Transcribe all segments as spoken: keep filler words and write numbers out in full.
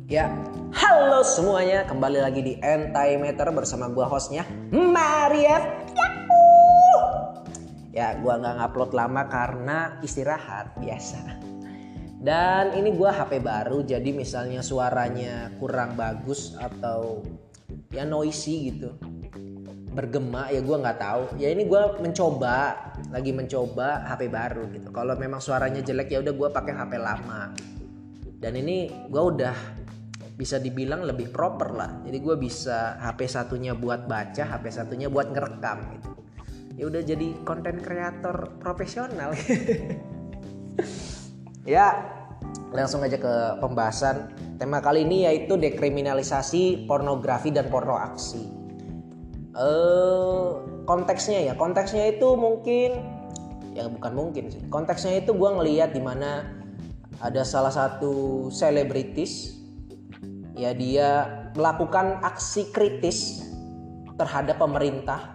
Ya, halo semuanya, kembali lagi di Antimeter bersama gua hostnya Marief. Ya, gua nggak ngupload lama karena istirahat biasa. Dan ini gua H P baru, jadi misalnya suaranya kurang bagus atau ya noisy gitu, bergema, ya gua nggak tahu. Ya ini gua mencoba, lagi mencoba H P baru gitu. Kalau memang suaranya jelek ya udah gua pakai H P lama. Dan ini gua udah bisa dibilang lebih proper lah. Jadi gue bisa H P satunya buat baca, H P satunya buat ngerekam gitu. Ya udah jadi konten kreator profesional. Ya, langsung aja ke pembahasan. Tema kali ini yaitu dekriminalisasi pornografi dan porno aksi. Eh, konteksnya ya, konteksnya itu mungkin ya bukan mungkin sih. Konteksnya itu gue ngelihat di mana ada salah satu selebritis. Ya, dia melakukan aksi kritis terhadap pemerintah,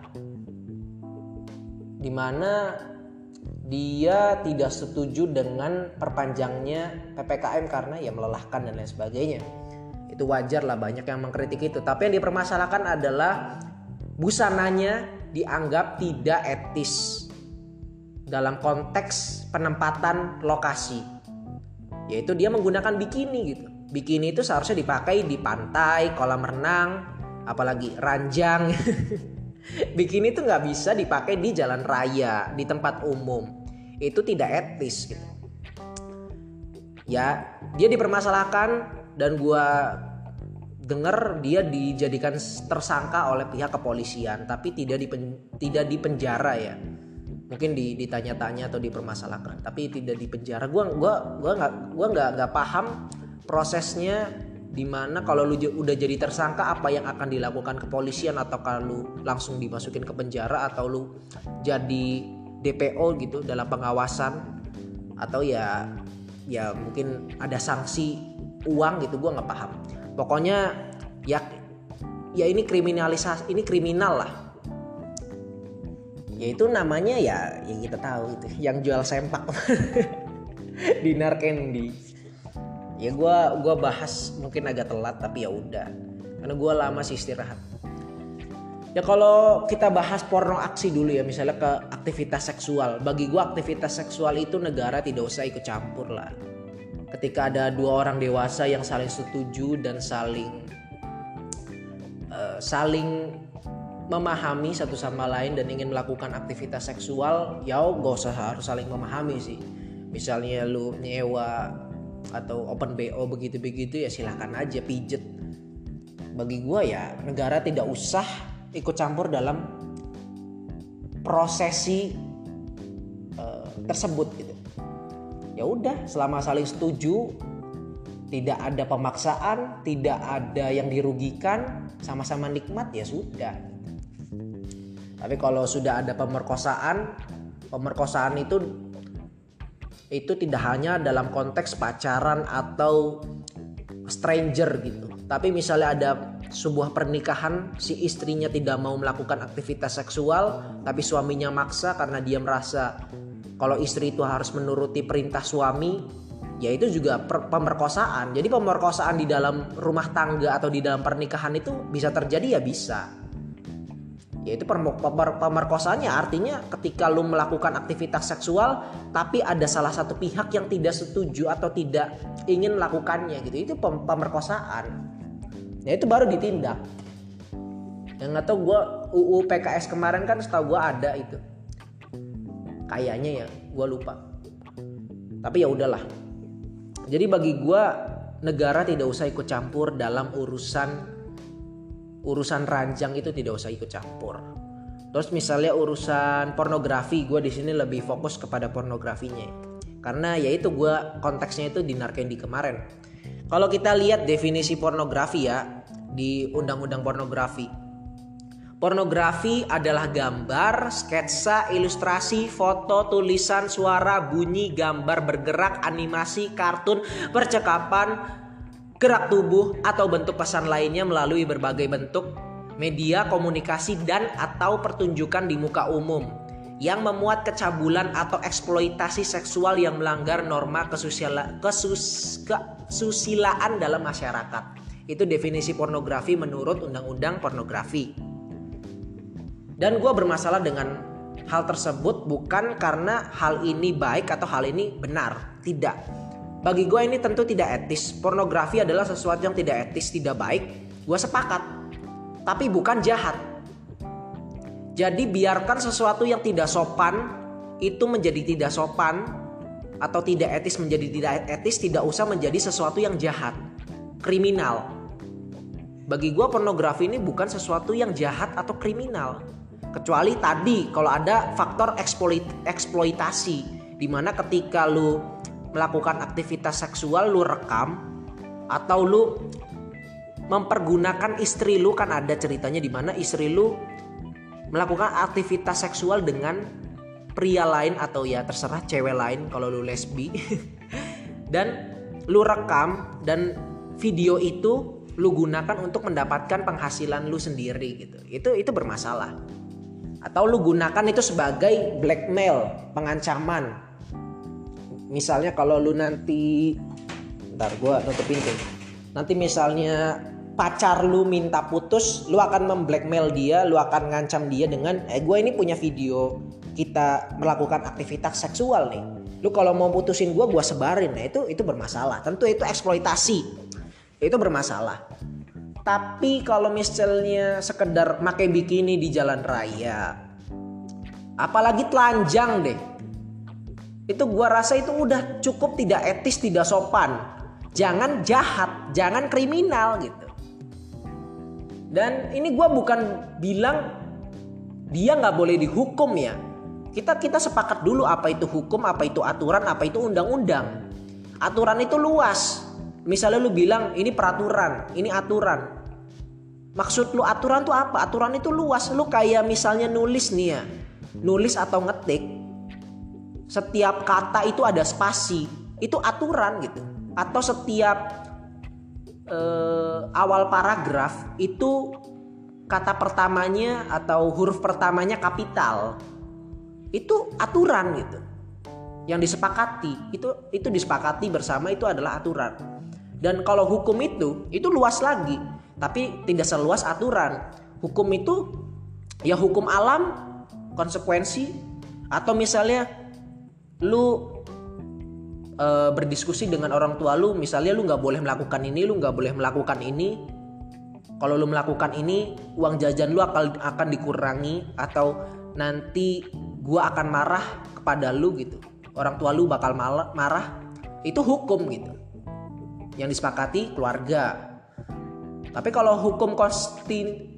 di mana dia tidak setuju dengan perpanjangnya P P K M karena ya melelahkan dan lain sebagainya. Itu wajar lah, banyak yang mengkritik itu. Tapi yang dipermasalahkan adalah busananya dianggap tidak etis dalam konteks penempatan lokasi, yaitu dia menggunakan bikini gitu. Bikini itu seharusnya dipakai di pantai, kolam renang, apalagi ranjang. Bikini itu nggak bisa dipakai di jalan raya, di tempat umum. Itu tidak etis gitu. Ya, dia dipermasalahkan dan gua denger dia dijadikan tersangka oleh pihak kepolisian, tapi tidak dipen, tidak dipenjara ya. Mungkin ditanya-tanya atau dipermasalahkan, tapi tidak dipenjara. Gua gua gua nggak gua nggak nggak paham prosesnya, dimana kalau lu udah jadi tersangka apa yang akan dilakukan kepolisian, atau kalau lu langsung dimasukin ke penjara, atau lu jadi D P O gitu dalam pengawasan, atau ya ya mungkin ada sanksi uang gitu. Gua nggak paham. Pokoknya ya ya ini kriminalisasi, ini kriminal lah. Yaitu namanya ya yang kita tahu itu, yang jual sempak. Dinar Candy. Ya gue gua bahas mungkin agak telat, tapi ya udah, karena gue lama sih istirahat. Ya kalau kita bahas porno aksi dulu ya, misalnya ke aktivitas seksual. Bagi gue aktivitas seksual itu negara tidak usah ikut campur lah. Ketika ada dua orang dewasa yang saling setuju dan saling uh, saling memahami satu sama lain dan ingin melakukan aktivitas seksual, ya gak usah harus saling memahami sih. Misalnya lu nyewa atau open B O begitu-begitu ya silahkan aja pijet. Bagi gue ya negara tidak usah ikut campur dalam prosesi uh, tersebut gitu. Ya udah, selama saling setuju, tidak ada pemaksaan, tidak ada yang dirugikan, sama-sama nikmat ya sudah. Tapi kalau sudah ada pemerkosaan, pemerkosaan itu itu tidak hanya dalam konteks pacaran atau stranger gitu. Tapi misalnya ada sebuah pernikahan, si istrinya tidak mau melakukan aktivitas seksual, tapi suaminya maksa karena dia merasa kalau istri itu harus menuruti perintah suami, ya itu juga per- pemerkosaan. Jadi pemerkosaan di dalam rumah tangga atau di dalam pernikahan itu bisa terjadi, ya bisa. Yaitu pemerkosaannya artinya ketika lu melakukan aktivitas seksual tapi ada salah satu pihak yang tidak setuju atau tidak ingin melakukannya gitu, itu pemerkosaan. Ya itu baru ditindak. Yang nggak tahu gue U U P K S kemarin kan setahu gue ada itu, kayaknya ya gue lupa. Tapi ya udahlah. Jadi bagi gue negara tidak usah ikut campur dalam urusan urusan ranjang, itu tidak usah ikut campur. Terus misalnya urusan pornografi, gue di sini lebih fokus kepada pornografinya, karena ya itu gue konteksnya itu Dinar Candy kemarin. Kalau kita lihat definisi pornografi ya di undang-undang pornografi, pornografi adalah gambar, sketsa, ilustrasi, foto, tulisan, suara, bunyi, gambar bergerak, animasi, kartun, percakapan, gerak tubuh atau bentuk pesan lainnya melalui berbagai bentuk media komunikasi dan atau pertunjukan di muka umum yang memuat kecabulan atau eksploitasi seksual yang melanggar norma kesusila, kesus, kesusilaan dalam masyarakat. Itu definisi pornografi menurut Undang-Undang Pornografi. Dan gue bermasalah dengan hal tersebut bukan karena hal ini baik atau hal ini benar. Tidak. Bagi gue ini tentu tidak etis. Pornografi adalah sesuatu yang tidak etis, tidak baik. Gue sepakat. Tapi bukan jahat. Jadi biarkan sesuatu yang tidak sopan itu menjadi tidak sopan, atau tidak etis menjadi tidak etis, tidak usah menjadi sesuatu yang jahat, kriminal. Bagi gue pornografi ini bukan sesuatu yang jahat atau kriminal. Kecuali tadi kalau ada faktor eksploit, eksploitasi, dimana ketika lu melakukan aktivitas seksual lu rekam, atau lu mempergunakan istri lu, kan ada ceritanya dimana istri lu melakukan aktivitas seksual dengan pria lain atau ya terserah cewek lain kalau lu lesbi dan lu rekam dan video itu lu gunakan untuk mendapatkan penghasilan lu sendiri gitu. Itu itu bermasalah. Atau lu gunakan itu sebagai blackmail, pengancaman. Misalnya kalau lu nanti ntar gua nutup pintu. Nanti misalnya pacar lu minta putus, lu akan memblackmail dia, lu akan ngancam dia dengan eh gue ini punya video kita melakukan aktivitas seksual nih. Lu kalau mau putusin gue, gue sebarin. Nah itu itu bermasalah. Tentu itu eksploitasi. Itu bermasalah. Tapi kalau misalnya sekedar pakai bikini di jalan raya, apalagi telanjang deh, itu gue rasa itu udah cukup tidak etis, tidak sopan. Jangan jahat, jangan kriminal gitu. Dan ini gue bukan bilang dia nggak boleh dihukum ya. Kita kita sepakat dulu apa itu hukum, apa itu aturan, apa itu undang-undang. Aturan itu luas. Misalnya lu bilang ini peraturan, ini aturan. Maksud lu aturan tuh apa? Aturan itu luas. Lu kayak misalnya nulis nih ya, nulis atau ngetik. Setiap kata itu ada spasi, itu aturan gitu. Atau setiap Uh, awal paragraf itu kata pertamanya atau huruf pertamanya kapital, itu aturan gitu yang disepakati, itu itu disepakati bersama, itu adalah aturan. Dan kalau hukum itu itu luas lagi, tapi tidak seluas aturan. Hukum itu ya hukum alam, konsekuensi, atau misalnya lu E, berdiskusi dengan orang tua lu, misalnya lu nggak boleh melakukan ini, lu nggak boleh melakukan ini. Kalau lu melakukan ini, uang jajan lu akan akan dikurangi, atau nanti gua akan marah kepada lu gitu. Orang tua lu bakal marah. Itu hukum gitu. Yang disepakati keluarga. Tapi kalau hukum konsti,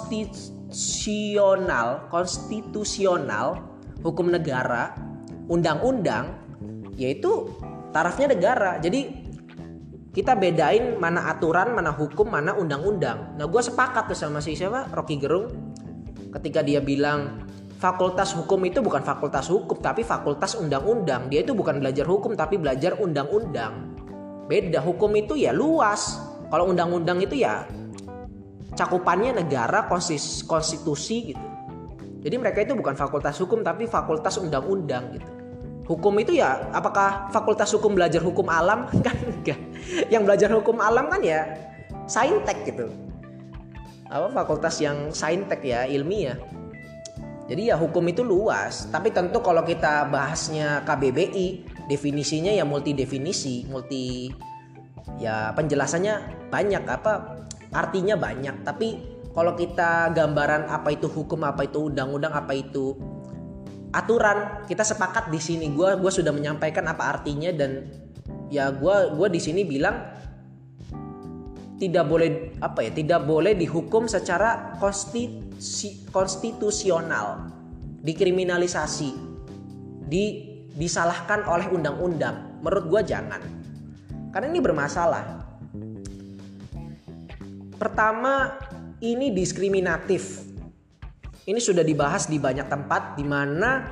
konstitusional, konstitusional, hukum negara, undang-undang, yaitu tarafnya negara. Jadi kita bedain mana aturan, mana hukum, mana undang-undang. Nah gue sepakat tuh sama si siapa, Rocky Gerung, ketika dia bilang fakultas hukum itu bukan fakultas hukum tapi fakultas undang-undang. Dia itu bukan belajar hukum tapi belajar undang-undang. Beda, hukum itu ya luas. Kalau undang-undang itu ya cakupannya negara, konstitusi gitu. Jadi mereka itu bukan fakultas hukum tapi fakultas undang-undang gitu. Hukum itu ya apakah fakultas hukum belajar hukum alam? Kan enggak. Yang belajar hukum alam kan ya saintek gitu. Apa fakultas yang saintek ya, ilmiah. Jadi ya hukum itu luas. Tapi tentu kalau kita bahasnya K B B I, definisinya ya multi definisi, multi ya penjelasannya banyak, apa artinya banyak. Tapi kalau kita gambaran apa itu hukum, apa itu undang-undang, apa itu aturan, kita sepakat di sini. Gue gue sudah menyampaikan apa artinya, dan ya gue gue di sini bilang tidak boleh apa ya tidak boleh dihukum secara konstitusi, konstitusional, dikriminalisasi, di disalahkan oleh undang-undang. Menurut gue jangan, karena ini bermasalah. Pertama, ini diskriminatif. Ini sudah dibahas di banyak tempat, di mana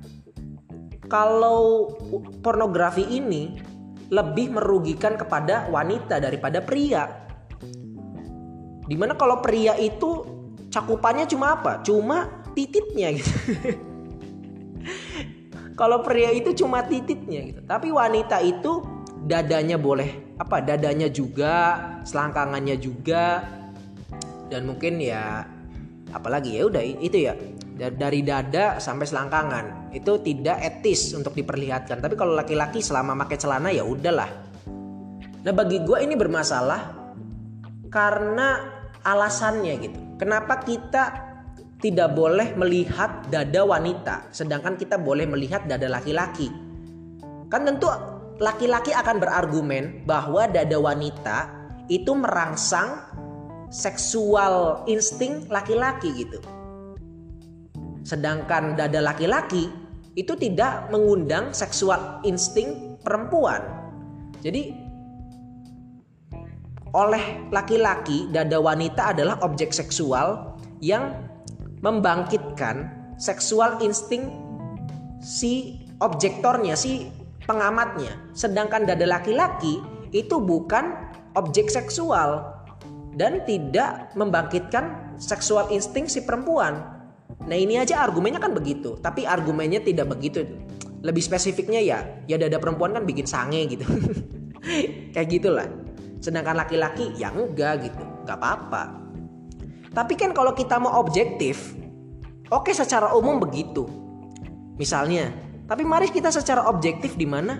kalau pornografi ini lebih merugikan kepada wanita daripada pria. Dimana kalau pria itu cakupannya cuma apa? Cuma tititnya gitu. Kalau pria itu cuma titiknya gitu. Tapi wanita itu dadanya boleh apa? Dadanya juga, selangkangannya juga. Dan mungkin ya apalagi ya udah itu ya. Dari dada sampai selangkangan itu tidak etis untuk diperlihatkan. Tapi kalau laki-laki selama pakai celana ya udahlah. Nah bagi gue ini bermasalah karena alasannya gitu. Kenapa kita tidak boleh melihat dada wanita sedangkan kita boleh melihat dada laki-laki? Kan tentu laki-laki akan berargumen bahwa dada wanita itu merangsang seksual insting laki-laki gitu. Sedangkan dada laki-laki itu tidak mengundang seksual insting perempuan. Jadi oleh laki-laki dada wanita adalah objek seksual yang membangkitkan seksual insting si objektornya, si pengamatnya. Sedangkan dada laki-laki itu bukan objek seksual dan tidak membangkitkan seksual insting si perempuan. Nah ini aja argumennya kan begitu, tapi argumennya tidak begitu. Lebih spesifiknya ya, ya dada perempuan kan bikin sange gitu. Kayak gitulah. Sedangkan laki-laki ya enggak gitu, enggak apa-apa. Tapi kan kalau kita mau objektif, oke secara umum begitu. Misalnya, tapi mari kita secara objektif di mana?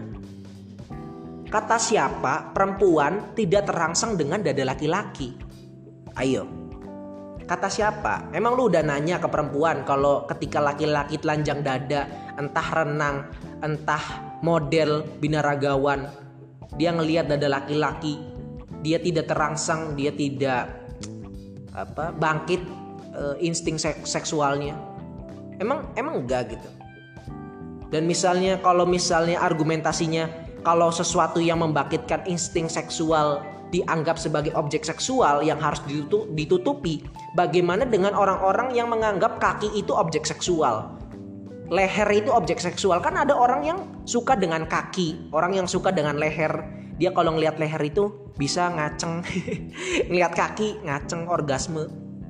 Kata siapa perempuan tidak terangsang dengan dada laki-laki? Ayo. Kata siapa? Emang lu udah nanya ke perempuan kalau ketika laki-laki telanjang dada, entah renang, entah model binaragawan, dia ngelihat dada laki-laki, dia tidak terangsang, dia tidak apa bangkit e, insting sek- seksualnya. Emang emang enggak gitu. Dan misalnya kalau misalnya argumentasinya kalau sesuatu yang membangkitkan insting seksual dianggap sebagai objek seksual yang harus ditutupi, bagaimana dengan orang-orang yang menganggap kaki itu objek seksual, leher itu objek seksual? Kan ada orang yang suka dengan kaki, orang yang suka dengan leher. Dia kalau ngelihat leher itu bisa ngaceng, ngelihat kaki ngaceng, orgasme.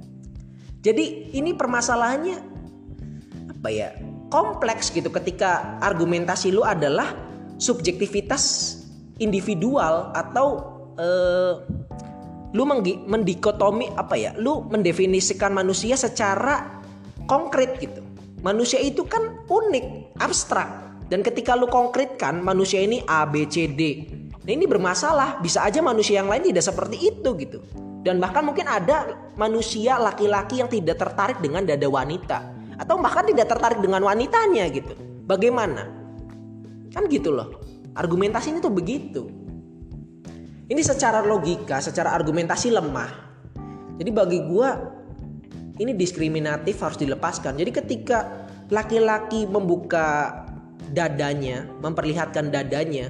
Jadi ini permasalahannya apa ya? Kompleks gitu ketika argumentasi lu adalah subjektivitas individual atau Uh, lu mendikotomi apa ya? Lu mendefinisikan manusia secara konkret gitu. Manusia itu kan unik, abstrak. Dan ketika lu konkretkan manusia ini A, B, C, D. Nah ini bermasalah. Bisa aja manusia yang lain tidak seperti itu gitu. Dan bahkan mungkin ada manusia laki-laki yang tidak tertarik dengan dada wanita. Atau bahkan tidak tertarik dengan wanitanya gitu. Bagaimana? Kan gitu loh. Argumentasi ini tuh begitu. Ini secara logika, secara argumentasi lemah. Jadi bagi gue ini diskriminatif, harus dilepaskan. Jadi ketika laki-laki membuka dadanya, memperlihatkan dadanya,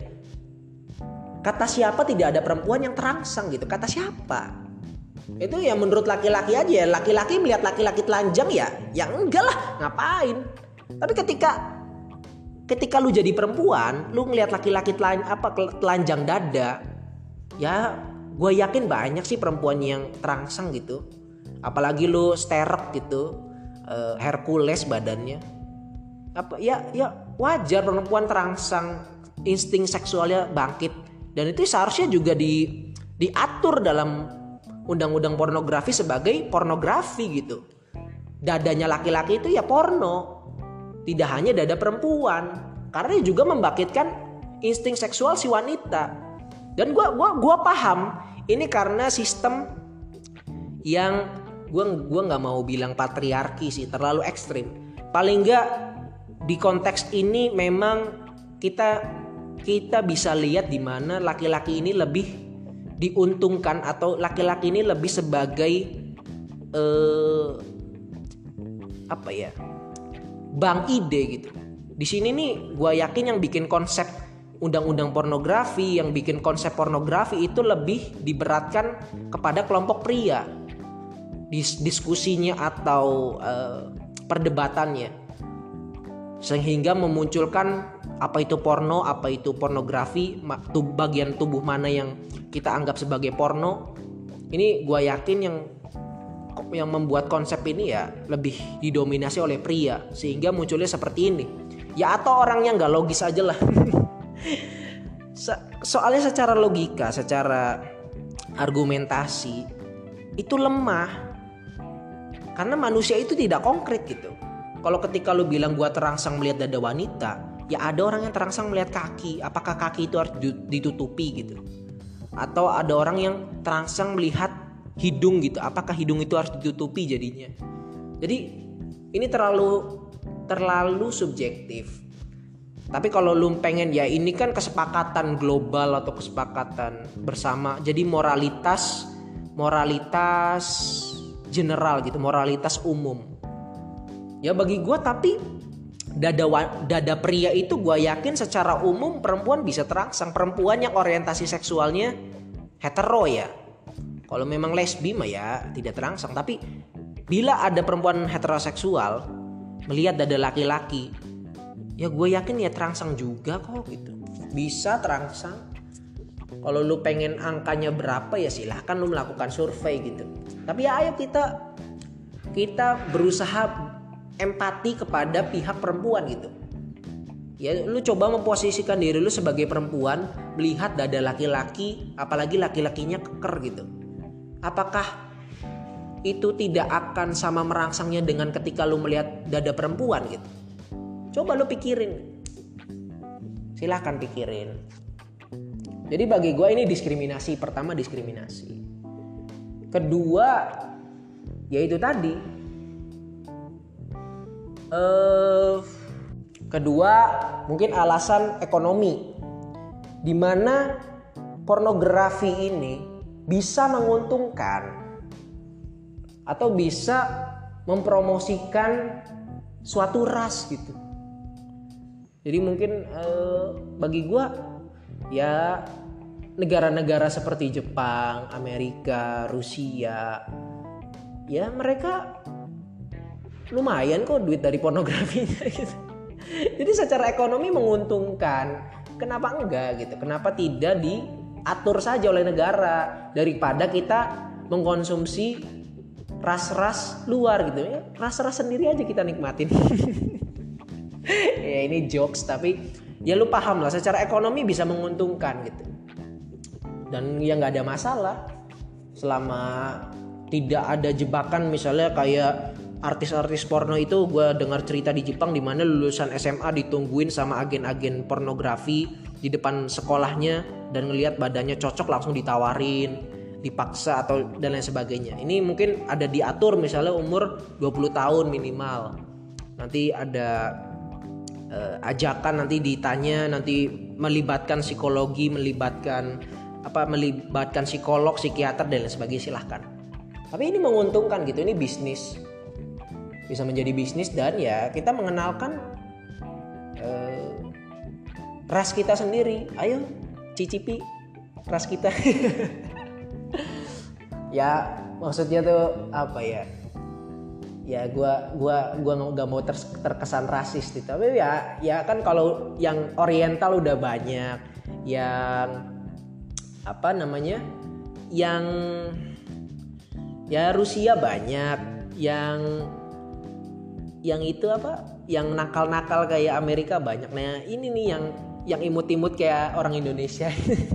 kata siapa tidak ada perempuan yang terangsang gitu? Kata siapa? Itu ya menurut laki-laki aja. Laki-laki melihat laki-laki telanjang ya, ya enggak lah, ngapain? Tapi ketika ketika lu jadi perempuan, lu ngelihat laki-laki telan, apa telanjang dada, ya gue yakin banyak sih perempuan yang terangsang gitu. Apalagi lu sterek gitu, uh, Hercules badannya. Apa ya ya wajar perempuan terangsang, insting seksualnya bangkit. Dan itu seharusnya juga di diatur dalam undang-undang pornografi sebagai pornografi gitu. Dadanya laki-laki itu ya porno. Tidak hanya dada perempuan, karena juga membangkitkan insting seksual si wanita. Dan gue gua gua paham ini karena sistem yang gue gua nggak mau bilang patriarki sih, terlalu ekstrim. Paling nggak di konteks ini memang kita kita bisa lihat di mana laki-laki ini lebih diuntungkan atau laki-laki ini lebih sebagai eh, apa ya bank ide gitu. Di sini nih gue yakin yang bikin konsep undang-undang pornografi, yang bikin konsep pornografi itu lebih diberatkan kepada kelompok pria. Dis- diskusinya atau uh, perdebatannya, sehingga memunculkan apa itu porno, apa itu pornografi, bagian tubuh mana yang kita anggap sebagai porno. Ini gue yakin yang yang membuat konsep ini ya lebih didominasi oleh pria, sehingga munculnya seperti ini. Ya atau orang yang nggak logis aja lah. Soalnya secara logika, secara argumentasi itu lemah. Karena manusia itu tidak konkret gitu. Kalau ketika lu bilang gua terangsang melihat dada wanita, ya ada orang yang terangsang melihat kaki. Apakah kaki itu harus ditutupi gitu? Atau ada orang yang terangsang melihat hidung gitu. Apakah hidung itu harus ditutupi jadinya? Jadi ini terlalu terlalu subjektif. Tapi kalau lu pengen ya ini kan kesepakatan global atau kesepakatan bersama. Jadi moralitas moralitas general gitu, moralitas umum. Ya bagi gue tapi dada dada pria itu gue yakin secara umum perempuan bisa terangsang. Perempuan yang orientasi seksualnya hetero ya. Kalau memang lesbi mah ya tidak terangsang. Tapi bila ada perempuan heteroseksual melihat dada laki-laki, ya gue yakin ya terangsang juga kok gitu. Bisa terangsang. Kalau lu pengen angkanya berapa ya silahkan lu melakukan survei gitu. Tapi ya ayo kita kita berusaha empati kepada pihak perempuan gitu. Ya lu coba memposisikan diri lu sebagai perempuan, melihat dada laki-laki, apalagi laki-lakinya keker gitu. Apakah itu tidak akan sama merangsangnya dengan ketika lu melihat dada perempuan gitu? Coba lu pikirin. Silahkan pikirin. Jadi bagi gue ini diskriminasi. Pertama diskriminasi. Kedua yaitu tadi. Uh, kedua mungkin alasan ekonomi. Dimana pornografi ini bisa menguntungkan atau bisa mempromosikan suatu ras gitu. Jadi mungkin eh, bagi gue ya negara-negara seperti Jepang, Amerika, Rusia, ya mereka lumayan kok duit dari pornografinya gitu. Jadi secara ekonomi menguntungkan. Kenapa enggak gitu? Kenapa tidak diatur saja oleh negara daripada kita mengkonsumsi ras-ras luar gitu ya. Ras-ras sendiri aja kita nikmatin. Ya ini jokes tapi ya lu paham lah secara ekonomi bisa menguntungkan gitu. Dan ya nggak ada masalah selama tidak ada jebakan misalnya kayak artis-artis porno itu gue dengar cerita di Jepang di mana lulusan S M A ditungguin sama agen-agen pornografi di depan sekolahnya dan ngelihat badannya cocok langsung ditawarin, dipaksa atau dan lain sebagainya. Ini mungkin ada diatur misalnya umur dua puluh tahun minimal. Nanti ada Uh, ajakan nanti ditanya nanti melibatkan psikologi melibatkan apa melibatkan psikolog psikiater dan lain sebagainya silahkan. Tapi ini menguntungkan gitu, ini bisnis bisa menjadi bisnis dan ya kita mengenalkan uh, ras kita sendiri. Ayo cicipi ras kita. Ya maksudnya tuh apa ya? Ya gue gua gua nggak mau ter, terkesan rasis gitu. Tapi ya ya kan kalau yang oriental udah banyak, yang apa namanya, yang ya Rusia banyak, yang yang itu apa, yang nakal-nakal kayak Amerika banyak. Nah ini nih yang yang imut-imut kayak orang Indonesia.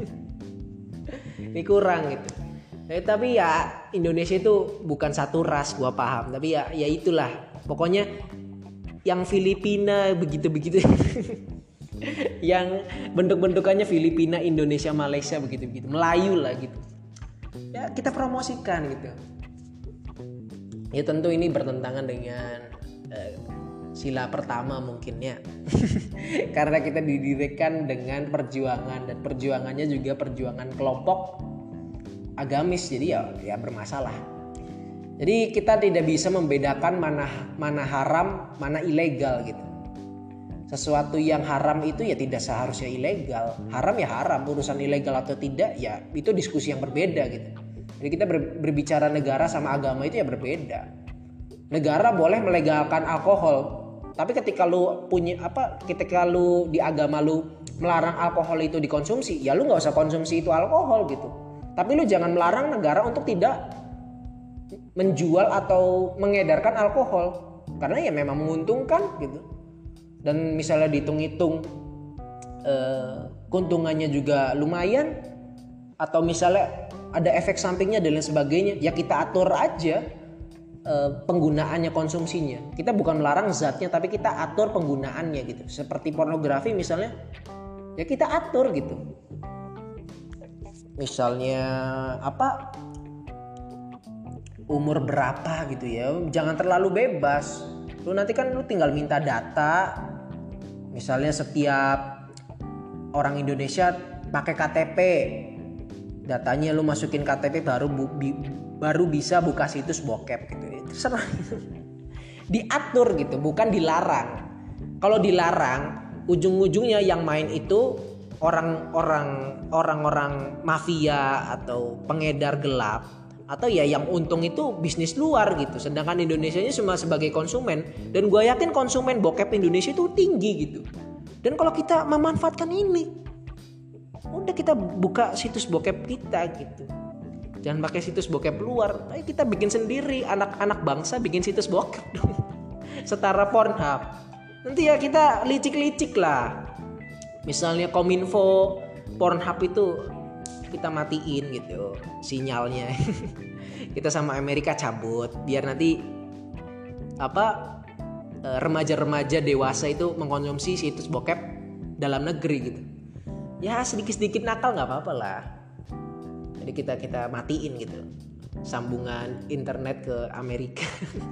Ini kurang gitu. Eh, tapi ya Indonesia itu bukan satu ras, gua paham. Tapi ya ya itulah. Pokoknya yang Filipina begitu-begitu. Yang bentuk-bentukannya Filipina, Indonesia, Malaysia begitu-begitu. Melayu lah gitu. Ya kita promosikan gitu. Ya tentu ini bertentangan dengan eh, sila pertama mungkin ya. Karena kita didirikan dengan perjuangan dan perjuangannya juga perjuangan kelompok agamis, jadi ya ya bermasalah. Jadi kita tidak bisa membedakan mana mana haram, mana ilegal gitu. Sesuatu yang haram itu ya tidak seharusnya ilegal. Haram ya haram, urusan ilegal atau tidak ya itu diskusi yang berbeda gitu. Jadi kita ber, berbicara negara sama agama itu ya berbeda. Negara boleh melegalkan alkohol, tapi ketika lu punya apa, ketika lu di agama lu melarang alkohol itu dikonsumsi, ya lu nggak usah konsumsi itu alkohol gitu. Tapi lu jangan melarang negara untuk tidak menjual atau mengedarkan alkohol karena ya memang menguntungkan gitu. dan misalnya dihitung-hitung eh, keuntungannya juga lumayan, atau misalnya ada efek sampingnya dan lain sebagainya, ya kita atur aja eh, penggunaannya, konsumsinya. Kita bukan melarang zatnya, tapi kita atur penggunaannya gitu. Seperti pornografi misalnya, ya kita atur gitu. Misalnya apa, umur berapa gitu ya, jangan terlalu bebas. Lu nanti kan lu tinggal minta data, misalnya setiap orang Indonesia pakai K T P, datanya lu masukin K T P baru bu, bi, baru bisa buka situs bokep gitu ya. Terserah. Diatur gitu, bukan dilarang. Kalau dilarang, ujung-ujungnya yang main itu orang-orang orang-orang mafia atau pengedar gelap, atau ya yang untung itu bisnis luar gitu, sedangkan Indonesianya cuma sebagai konsumen. Dan gue yakin konsumen bokep Indonesia itu tinggi gitu. Dan kalau kita memanfaatkan ini, udah kita buka situs bokep kita gitu, jangan pakai situs bokep luar. Ayo kita bikin sendiri, anak-anak bangsa bikin situs bokep dong. Setara Pornhub. Nanti ya kita licik-licik lah. Misalnya Kominfo Pornhub itu kita matiin gitu sinyalnya. Kita sama Amerika cabut biar nanti apa remaja-remaja dewasa itu mengkonsumsi situs bokep dalam negeri gitu. Ya sedikit-sedikit nakal nggak apa-apa lah. Jadi kita kita matiin gitu sambungan internet ke Amerika.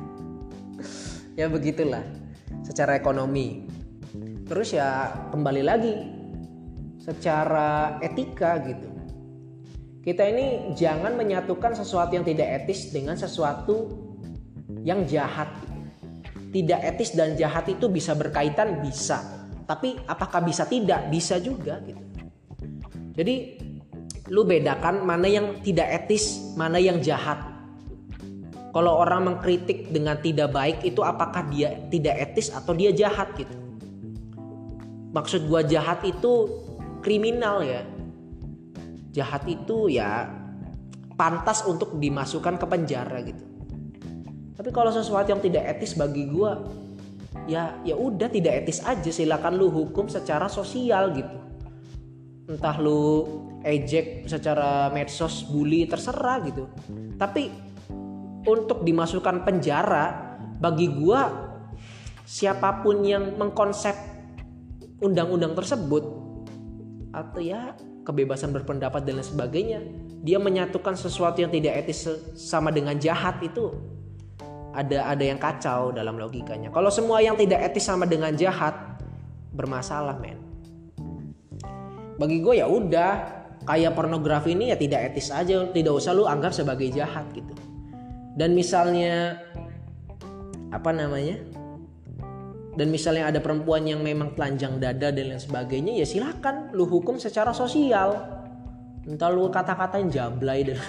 Ya begitulah secara ekonomi. Terus ya kembali lagi secara etika gitu. Kita ini jangan menyatukan sesuatu yang tidak etis dengan sesuatu yang jahat. Tidak etis dan jahat itu bisa berkaitan, bisa. Tapi apakah bisa tidak? Bisa juga gitu. Jadi lu bedakan mana yang tidak etis, mana yang jahat. Kalau orang mengkritik dengan tidak baik itu apakah dia tidak etis atau dia jahat gitu. Maksud gua jahat itu kriminal ya. Jahat itu ya pantas untuk dimasukkan ke penjara gitu. Tapi kalau sesuatu yang tidak etis bagi gue, ya ya udah tidak etis aja, silakan lu hukum secara sosial gitu. Entah lu ejek secara medsos, bully, terserah gitu. Tapi untuk dimasukkan penjara, bagi gue siapapun yang mengkonsep undang-undang tersebut atau ya kebebasan berpendapat dan lain sebagainya, dia menyatukan sesuatu yang tidak etis sama dengan jahat, itu ada ada yang kacau dalam logikanya. Kalau semua yang tidak etis sama dengan jahat, bermasalah men. Bagi gue ya udah, kayak pornografi ini ya tidak etis aja, tidak usah lu anggap sebagai jahat gitu. Dan misalnya apa namanya? Dan misalnya ada perempuan yang memang telanjang dada dan lain sebagainya, ya silakan lu hukum secara sosial. Entah lu kata-katain jablay dan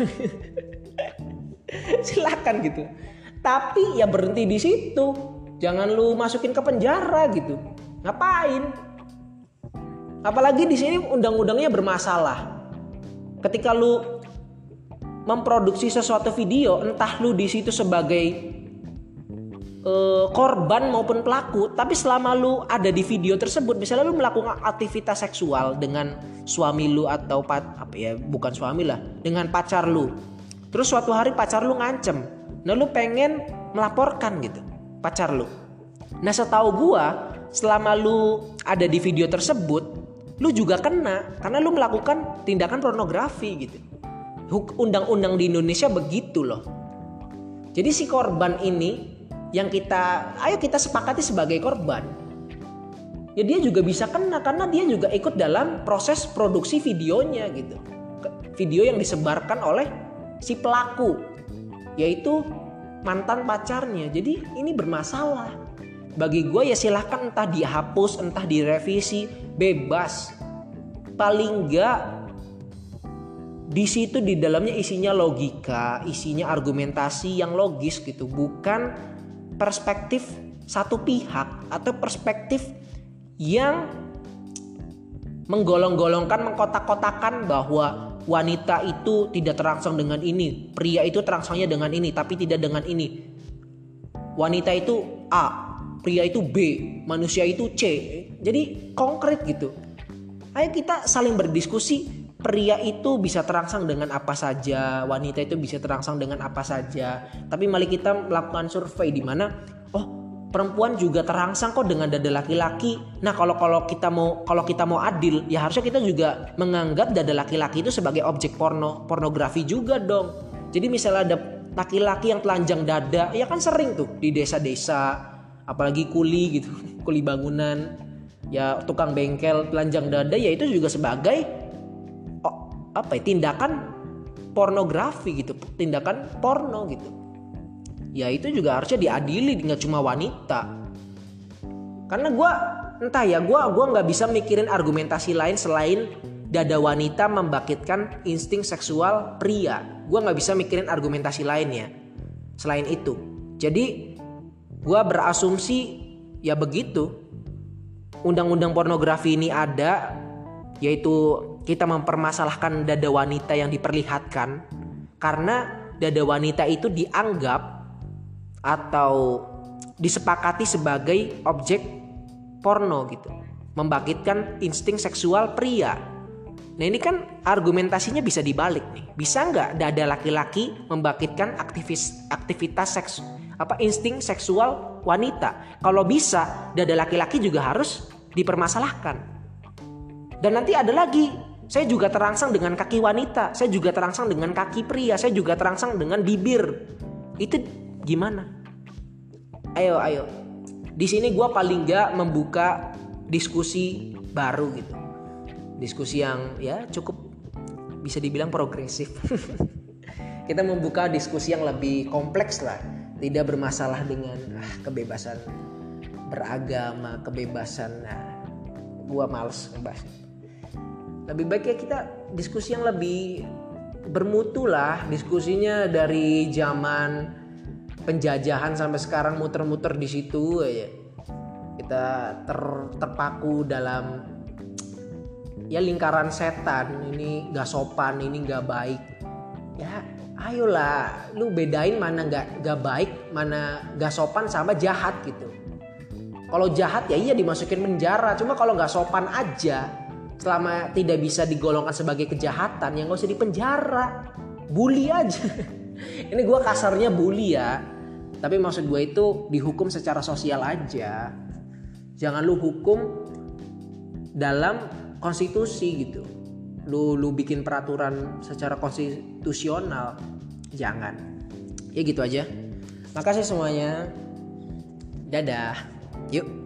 silakan gitu. Tapi ya berhenti di situ. Jangan lu masukin ke penjara gitu. Ngapain? Apalagi di sini undang-undangnya bermasalah. Ketika lu memproduksi sesuatu video, entah lu di situ sebagai korban maupun pelaku, tapi selama lu ada di video tersebut, misalnya lu melakukan aktivitas seksual dengan suami lu atau pat, apa ya bukan suami lah, dengan pacar lu, terus suatu hari pacar lu ngancem, nah lu pengen melaporkan gitu pacar lu. Nah setahu gua selama lu ada di video tersebut, lu juga kena karena lu melakukan tindakan pornografi gitu. Undang-undang di Indonesia begitu loh. Jadi si korban ini yang kita, ayo kita sepakati sebagai korban, ya dia juga bisa kena karena dia juga ikut dalam proses produksi videonya gitu. Video yang disebarkan oleh si pelaku, yaitu mantan pacarnya. Jadi ini bermasalah. Bagi gue ya silahkan entah dihapus, entah direvisi, bebas. Paling enggak di situ di dalamnya isinya logika, isinya argumentasi yang logis gitu, bukan perspektif satu pihak atau perspektif yang menggolong-golongkan, mengkotak-kotakan bahwa wanita itu tidak terangsang dengan ini, pria itu terangsangnya dengan ini, tapi tidak dengan ini. Wanita itu A, pria itu B, manusia itu C. Jadi konkret gitu. Ayo kita saling berdiskusi. Pria itu bisa terangsang dengan apa saja, wanita itu bisa terangsang dengan apa saja. Tapi mari kita melakukan survei di mana, oh perempuan juga terangsang kok dengan dada laki-laki. Nah kalau kalau kita mau kalau kita mau adil, ya harusnya kita juga menganggap dada laki-laki itu sebagai objek porno, pornografi juga dong. Jadi misalnya ada laki-laki yang telanjang dada, ya kan sering tuh di desa-desa, apalagi kuli gitu, kuli bangunan, ya tukang bengkel telanjang dada, ya itu juga sebagai apa ya, tindakan pornografi gitu, tindakan porno gitu. Ya itu juga harusnya diadili, nggak cuma wanita. Karena gue entah ya, gue gue nggak bisa mikirin argumentasi lain selain dada wanita membangkitkan insting seksual pria. Gue nggak bisa mikirin argumentasi lainnya selain itu. Jadi gue berasumsi ya begitu. Undang-undang pornografi ini ada, yaitu kita mempermasalahkan dada wanita yang diperlihatkan karena dada wanita itu dianggap atau disepakati sebagai objek porno gitu, membangkitkan insting seksual pria. Nah ini kan argumentasinya bisa dibalik nih. Bisa nggak dada laki-laki membangkitkan aktivis, aktivitas seks apa insting seksual wanita? Kalau bisa, dada laki-laki juga harus dipermasalahkan. Dan nanti ada lagi, saya juga terangsang dengan kaki wanita, saya juga terangsang dengan kaki pria, saya juga terangsang dengan bibir. Itu gimana? Ayo, ayo. Di sini gue paling nggak membuka diskusi baru gitu, diskusi yang ya cukup bisa dibilang progresif. Kita membuka diskusi yang lebih kompleks lah, tidak bermasalah dengan ah, kebebasan beragama, kebebasan. Nah, gue males ngebahas. Lebih baik ya kita diskusi yang lebih bermutu lah. Diskusinya dari zaman penjajahan sampai sekarang muter-muter di situ aja. Kita ter, terpaku dalam ya lingkaran setan. Ini gak sopan, ini gak baik. Ya ayolah, lu bedain mana gak, gak baik, mana gak sopan sama jahat gitu. Kalau jahat ya iya dimasukin penjara. Cuma kalau gak sopan aja, selama tidak bisa digolongkan sebagai kejahatan, ya nggak usah dipenjara, bully aja. Ini gue kasarnya bully ya, tapi maksud gue itu dihukum secara sosial aja. Jangan lu hukum dalam konstitusi gitu. Lu lu bikin peraturan secara konstitusional, jangan. Ya gitu aja. Makasih semuanya. Dadah. Yuk.